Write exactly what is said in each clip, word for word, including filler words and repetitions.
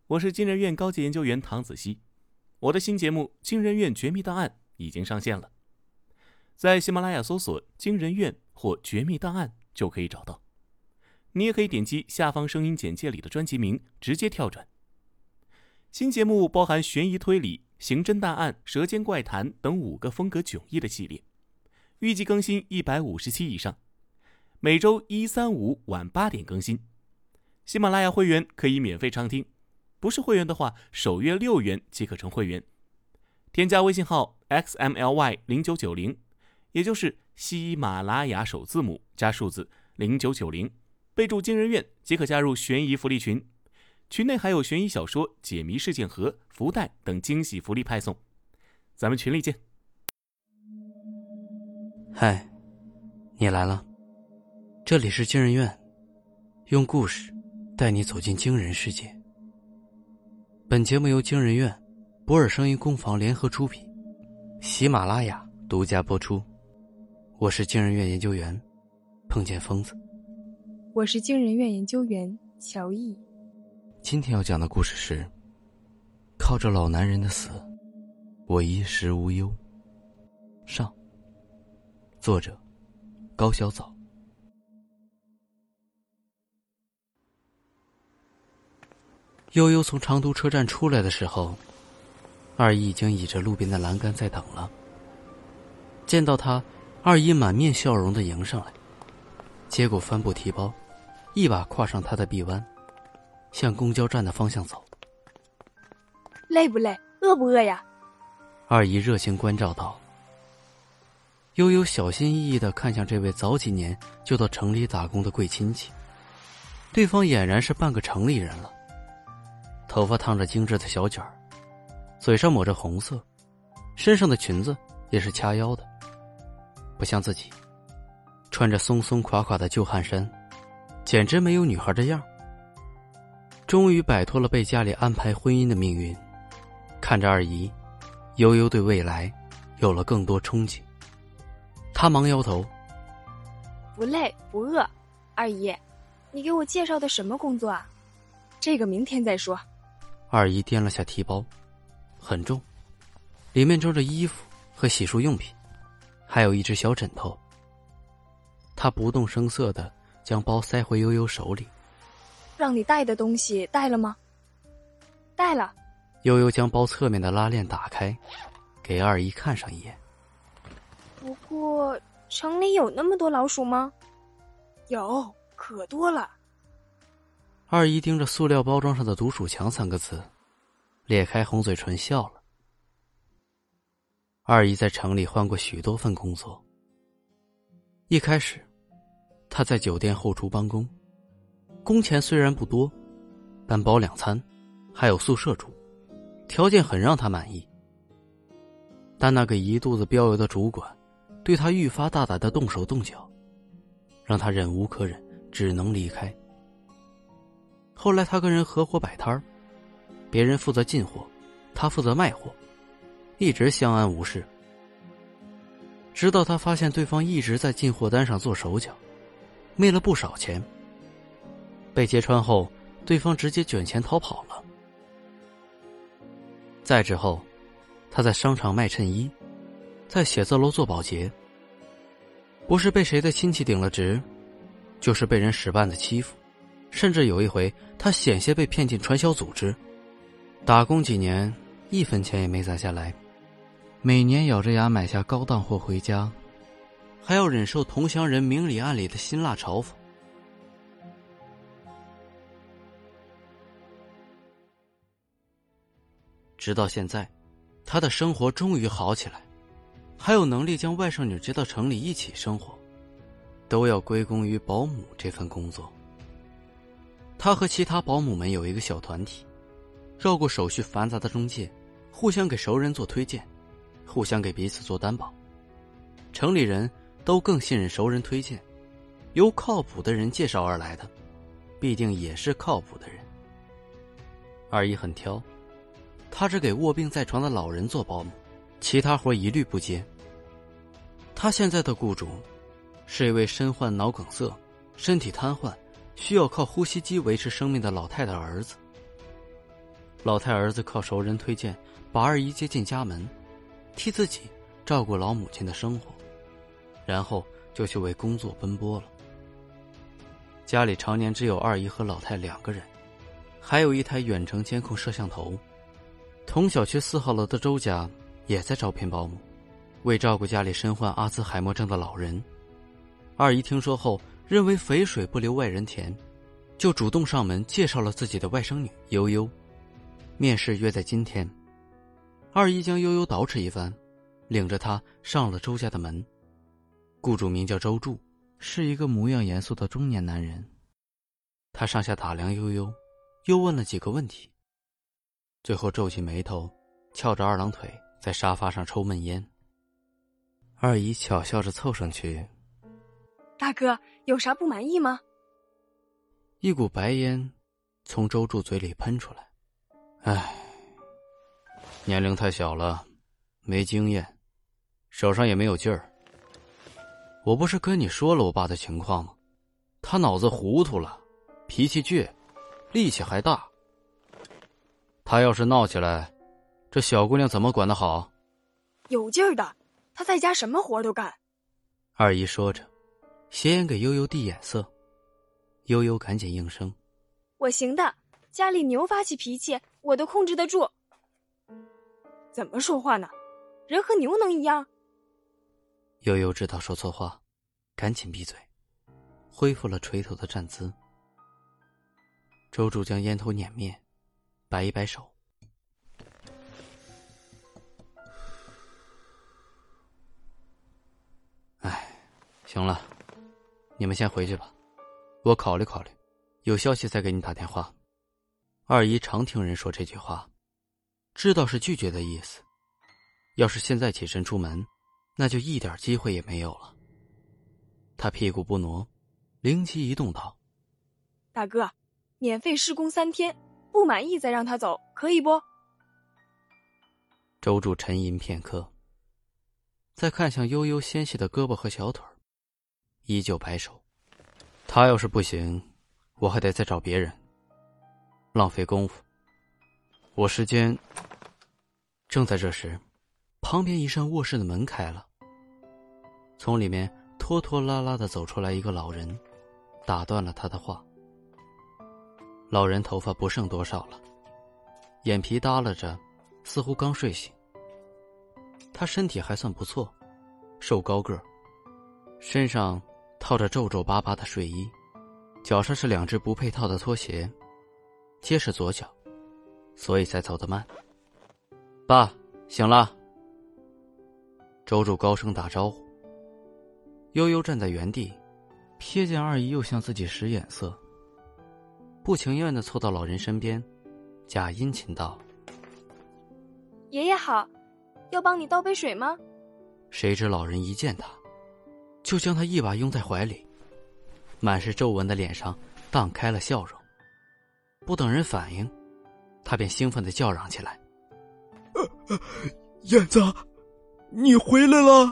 我是惊人院高级研究员唐子熙。我的新节目《惊人院绝密档案》已经上线了，在喜马拉雅搜索“惊人院”或“绝密档案”就可以找到。你也可以点击下方声音简介里的专辑名，直接跳转。新节目包含悬疑推理、刑侦大案、舌尖怪谈等五个风格迥异的系列，预计更新一百五十期以上，每周一、三、五晚八点更新。喜马拉雅会员可以免费畅听，不是会员的话，首月六元即可成会员。添加微信号 X M L Y 零九九零，也就是喜马拉雅首字母加数字零九九零，备注惊人院即可加入悬疑福利群。群内还有悬疑小说、解谜事件盒、福袋等惊喜福利派送，咱们群里见。 嗨，你来了，这里是惊人院，用故事带你走进惊人世界。本节目由惊人院、博尔声音工坊联合出品，喜马拉雅独家播出。我是惊人院研究员碰见疯子， 我是惊人院研究员乔毅。 今天要讲的故事是靠着老男人的死，我衣食无忧。上，作者高小枣。悠悠从长途车站出来的时候，二姨已经倚着路边的栏杆在等了。见到他，二姨满面笑容地迎上来，接过帆布提包，一把跨上他的臂弯，向公交站的方向走。 累不累？饿不饿呀？ 二姨热情关照道。悠悠小心翼翼地看向这位早几年就到城里打工的贵亲戚，对方俨然是半个城里人了。头发烫着精致的小卷儿，嘴上抹着红色，身上的裙子也是掐腰的，不像自己穿着松松垮垮的旧汗衫，简直没有女孩的样。终于摆脱了被家里安排婚姻的命运，看着二姨，悠悠对未来有了更多憧憬。他忙摇头， 不累不饿。二姨，你给我介绍的什么工作啊？这个明天再说。 二姨掂了下提包，很重，里面装着衣服和洗漱用品，还有一只小枕头。她不动声色地将包塞回悠悠手里。 让你带的东西带了吗？带了。 悠悠将包侧面的拉链打开，给二姨看上一眼。 不过城里有那么多老鼠吗？有，可多了。 二姨盯着塑料包装上的毒鼠强三个字，咧开红嘴唇笑了。二姨在城里换过许多份工作，一开始她在酒店后厨帮工，工钱虽然不多，但包两餐，还有宿舍住，条件很让她满意。但那个一肚子飙油的主管对她愈发大胆的动手动脚，让她忍无可忍，只能离开。后来他跟人合伙摆摊儿，别人负责进货，他负责卖货，一直相安无事。直到他发现对方一直在进货单上做手脚，昧了不少钱。被揭穿后，对方直接卷钱逃跑了。再之后，他在商场卖衬衣，在写字楼做保洁，不是被谁的亲戚顶了职，就是被人使绊子欺负。甚至有一回他险些被骗进传销组织，打工几年一分钱也没攒下来，每年咬着牙买下高档货回家，还要忍受同乡人明里暗里的辛辣嘲讽。直到现在，他的生活终于好起来，还有能力将外甥女接到城里一起生活，都要归功于保姆这份工作。他和其他保姆们有一个小团体，绕过手续繁杂的中介，互相给熟人做推荐，互相给彼此做担保。城里人都更信任熟人推荐，由靠谱的人介绍而来的，必定也是靠谱的人。二姨很挑，她只给卧病在床的老人做保姆，其他活一律不接。她现在的雇主是一位身患脑梗塞、身体瘫痪，需要靠呼吸机维持生命的老太太儿子。 老太儿子靠熟人推荐把二姨接进家门，替自己照顾老母亲的生活，然后就去为工作奔波了。家里常年只有二姨和老太两个人，还有一台远程监控摄像头。同小区四号楼的周家也在招聘保姆，为照顾家里身患阿兹海默症的老人。二姨听说后，认为肥水不流外人田，就主动上门介绍了自己的外甥女悠悠。面试约在今天，二姨将悠悠捯饬一番，领着她上了周家的门。雇主名叫周柱，是一个模样严肃的中年男人。他上下打量悠悠，又问了几个问题，最后皱起眉头，翘着二郎腿在沙发上抽闷烟。二姨巧笑着凑上去： 大哥，有啥不满意吗？ 一股白烟从周柱嘴里喷出来。唉，年龄太小了，没经验，手上也没有劲儿。我不是跟你说了我爸的情况吗？他脑子糊涂了，脾气倔，力气还大。他要是闹起来，这小姑娘怎么管得好？ 有劲儿的，他在家什么活都干。 二姨说着，斜眼给悠悠递眼色。悠悠赶紧应声： 我行的，家里牛发起脾气，我都控制得住。怎么说话呢？人和牛能一样？ 悠悠知道说错话，赶紧闭嘴，恢复了垂头的站姿。周柱将烟头碾灭，摆一摆手：哎，行了，你们先回去吧，我考虑考虑，有消息再给你打电话。二姨常听人说这句话，知道是拒绝的意思。要是现在起身出门，那就一点机会也没有了。他屁股不挪，灵机一动道： 大哥，免费施工三天，不满意再让他走，可以不？ 周柱沉吟片刻，再看向悠悠纤细的胳膊和小腿，依旧摆手：他要是不行，我还得再找别人，浪费功夫。我时间……正在这时，旁边一扇卧室的门开了，从里面拖拖拉拉地走出来一个老人，打断了他的话。老人头发不剩多少了，眼皮耷拉着，似乎刚睡醒。他身体还算不错，瘦高个儿，身上套着皱皱巴巴的睡衣，脚上是两只不配套的拖鞋，皆是左脚，所以才走得慢。爸，醒了。周柱高声打招呼。悠悠站在原地，瞥见二姨又向自己使眼色，不情愿地凑到老人身边，假殷勤道： 爷爷好，要帮你倒杯水吗？ 谁知老人一见他，就将他一把拥在怀里，满是皱纹的脸上荡开了笑容。不等人反应，他便兴奋地叫嚷起来： 呃呃、燕子，你回来了！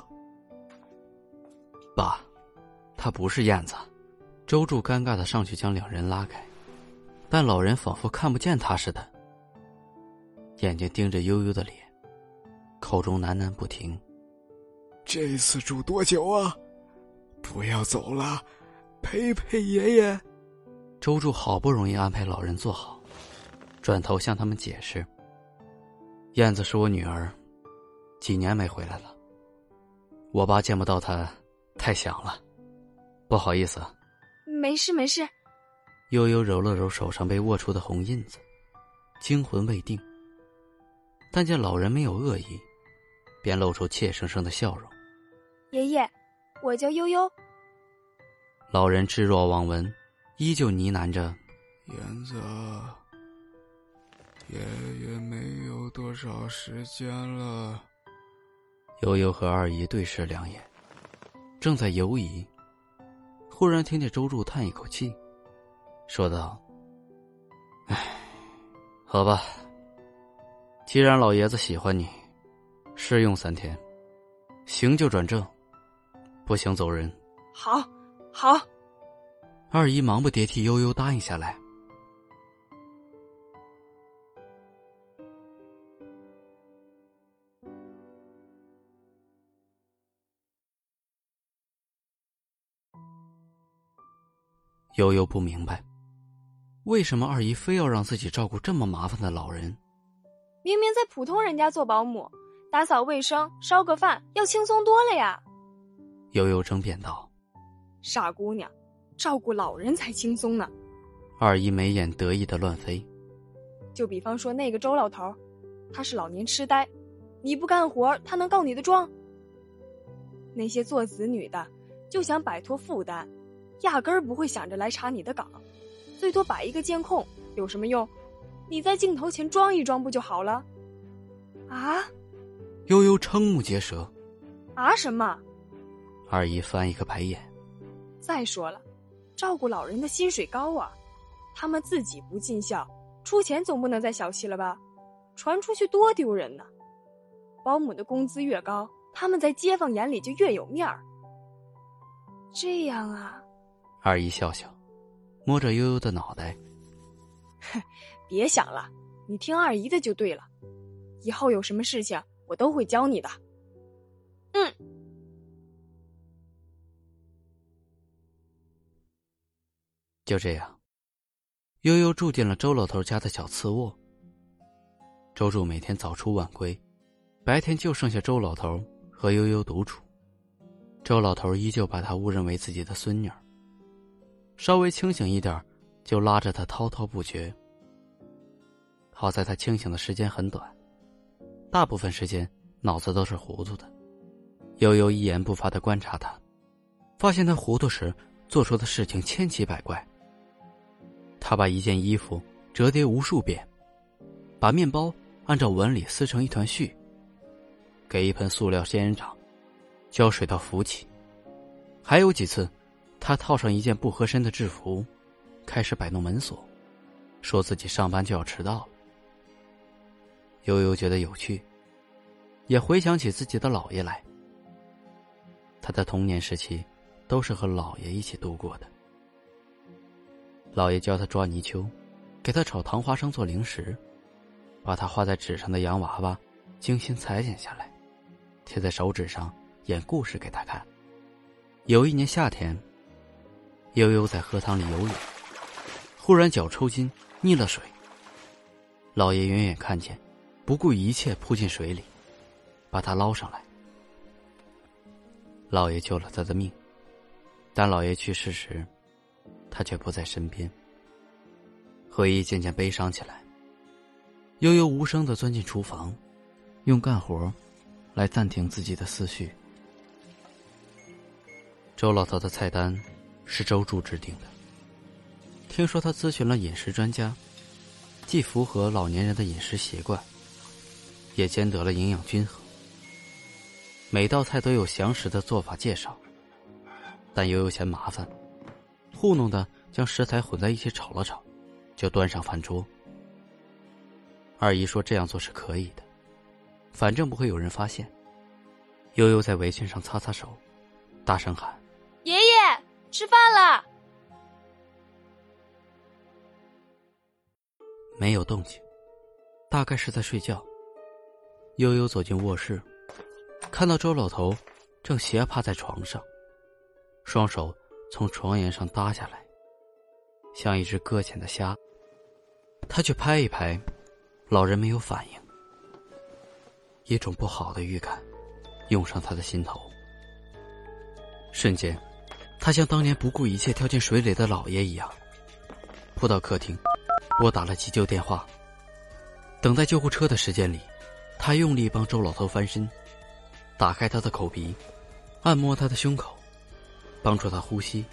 爸，他不是燕子。周柱尴尬地上去将两人拉开，但老人仿佛看不见他似的，眼睛盯着悠悠的脸，口中喃喃不停： 这次住多久啊？不要走了，陪陪爷爷。 周柱好不容易安排老人坐好，转头向他们解释：燕子是我女儿，几年没回来了，我爸见不到她太想了，不好意思啊。 没事没事。 悠悠揉了揉手上被握出的红印子，惊魂未定，但见老人没有恶意，便露出怯生生的笑容： 爷爷，我叫悠悠。 老人置若罔闻，依旧呢喃着： 燕子，爷爷没有多少时间了。 悠悠和二姨对视两眼，正在犹疑，忽然听见周柱叹一口气，说道：唉，好吧，既然老爷子喜欢你，试用三天，行就转正，不行走人。 好，好。 二姨忙不迭替悠悠答应下来。 悠悠不明白，为什么二姨非要让自己照顾这么麻烦的老人？ 明明在普通人家做保姆，打扫卫生、烧个饭要轻松多了呀。 悠悠争辩道： 傻姑娘，照顾老人才轻松呢。 二姨眉眼得意地乱飞。 就比方说那个周老头，他是老年痴呆，你不干活他能告你的状？那些做子女的就想摆脱负担，压根儿不会想着来查你的岗，最多摆一个监控有什么用？你在镜头前装一装不就好了？啊？ 悠悠瞠目结舌。 啊什么？ 二姨翻一个白眼。 再说了，照顾老人的薪水高啊，他们自己不尽孝，出钱总不能再小气了吧？传出去多丢人呢。保姆的工资越高，他们在街坊眼里就越有面儿。这样啊？ 二姨笑笑，摸着悠悠的脑袋。 哼，别想了，你听二姨的就对了。以后有什么事情，我都会教你的。嗯。 就这样，悠悠住进了周老头家的小次卧。周柱每天早出晚归，白天就剩下周老头和悠悠独处。周老头依旧把她误认为自己的孙女儿，稍微清醒一点就拉着她滔滔不绝。好在他清醒的时间很短，大部分时间脑子都是糊涂的。悠悠一言不发地观察他，发现他糊涂时做出的事情千奇百怪。他把一件衣服折叠无数遍，把面包按照纹理撕成一团絮，给一盆塑料仙人掌浇水到浮起。还有几次，他套上一件不合身的制服，开始摆弄门锁，说自己上班就要迟到了。悠悠觉得有趣，也回想起自己的姥爷来。他的童年时期都是和姥爷一起度过的。姥爷教他抓泥鳅，给他炒糖花生做零食，把他画在纸上的洋娃娃精心裁剪下来，贴在手指上演故事给他看。有一年夏天，悠悠在荷塘里游泳，忽然脚抽筋溺了水。姥爷远远看见，不顾一切扑进水里，把他捞上来。姥爷救了他的命，但姥爷去世时，他却不在身边。回忆渐渐悲伤起来，悠悠无声地钻进厨房，用干活来暂停自己的思绪。周老头的菜单是周柱制定的，听说他咨询了饮食专家，既符合老年人的饮食习惯，也兼得了营养均衡。每道菜都有详实的做法介绍，但悠悠嫌麻烦，糊弄的将食材混在一起炒了炒，就端上饭桌。二姨说这样做是可以的，反正不会有人发现。悠悠在围裙上擦擦手，大声喊： 爷爷，吃饭了！ 没有动静，大概是在睡觉。悠悠走进卧室，看到周老头正斜趴在床上，双手从床沿上搭下来，像一只搁浅的虾。他去拍一拍，老人没有反应。一种不好的预感涌上他的心头。瞬间，他像当年不顾一切跳进水里的老爷一样，扑到客厅，拨打了急救电话。等待救护车的时间里，他用力帮周老头翻身，打开他的口鼻，按摩他的胸口，帮助他呼吸。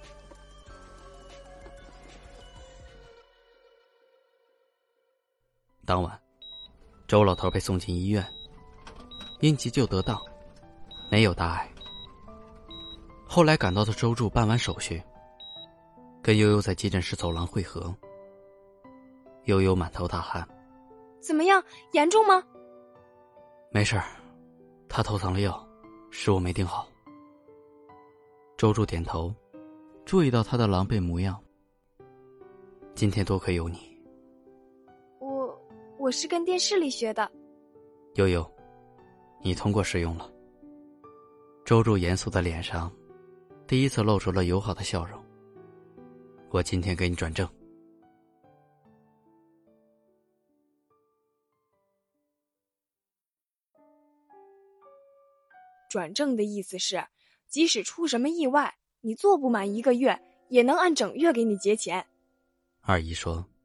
当晚，周老头被送进医院，因急救得当，没有大碍。后来赶到的周柱办完手续，跟悠悠在急诊室走廊会合。悠悠满头大汗。 怎么样，严重吗？ 没事儿，他偷藏了药，是我没盯好。周柱点头，注意到他的狼狈模样。今天多亏有你。 我我是跟电视里学的。 悠悠，你通过试用了。周柱严肃的脸上第一次露出了友好的笑容。 我今天给你转正。 转正的意思是，即使出什么意外，你做不满一个月，也能按整月给你结钱。 二姨说，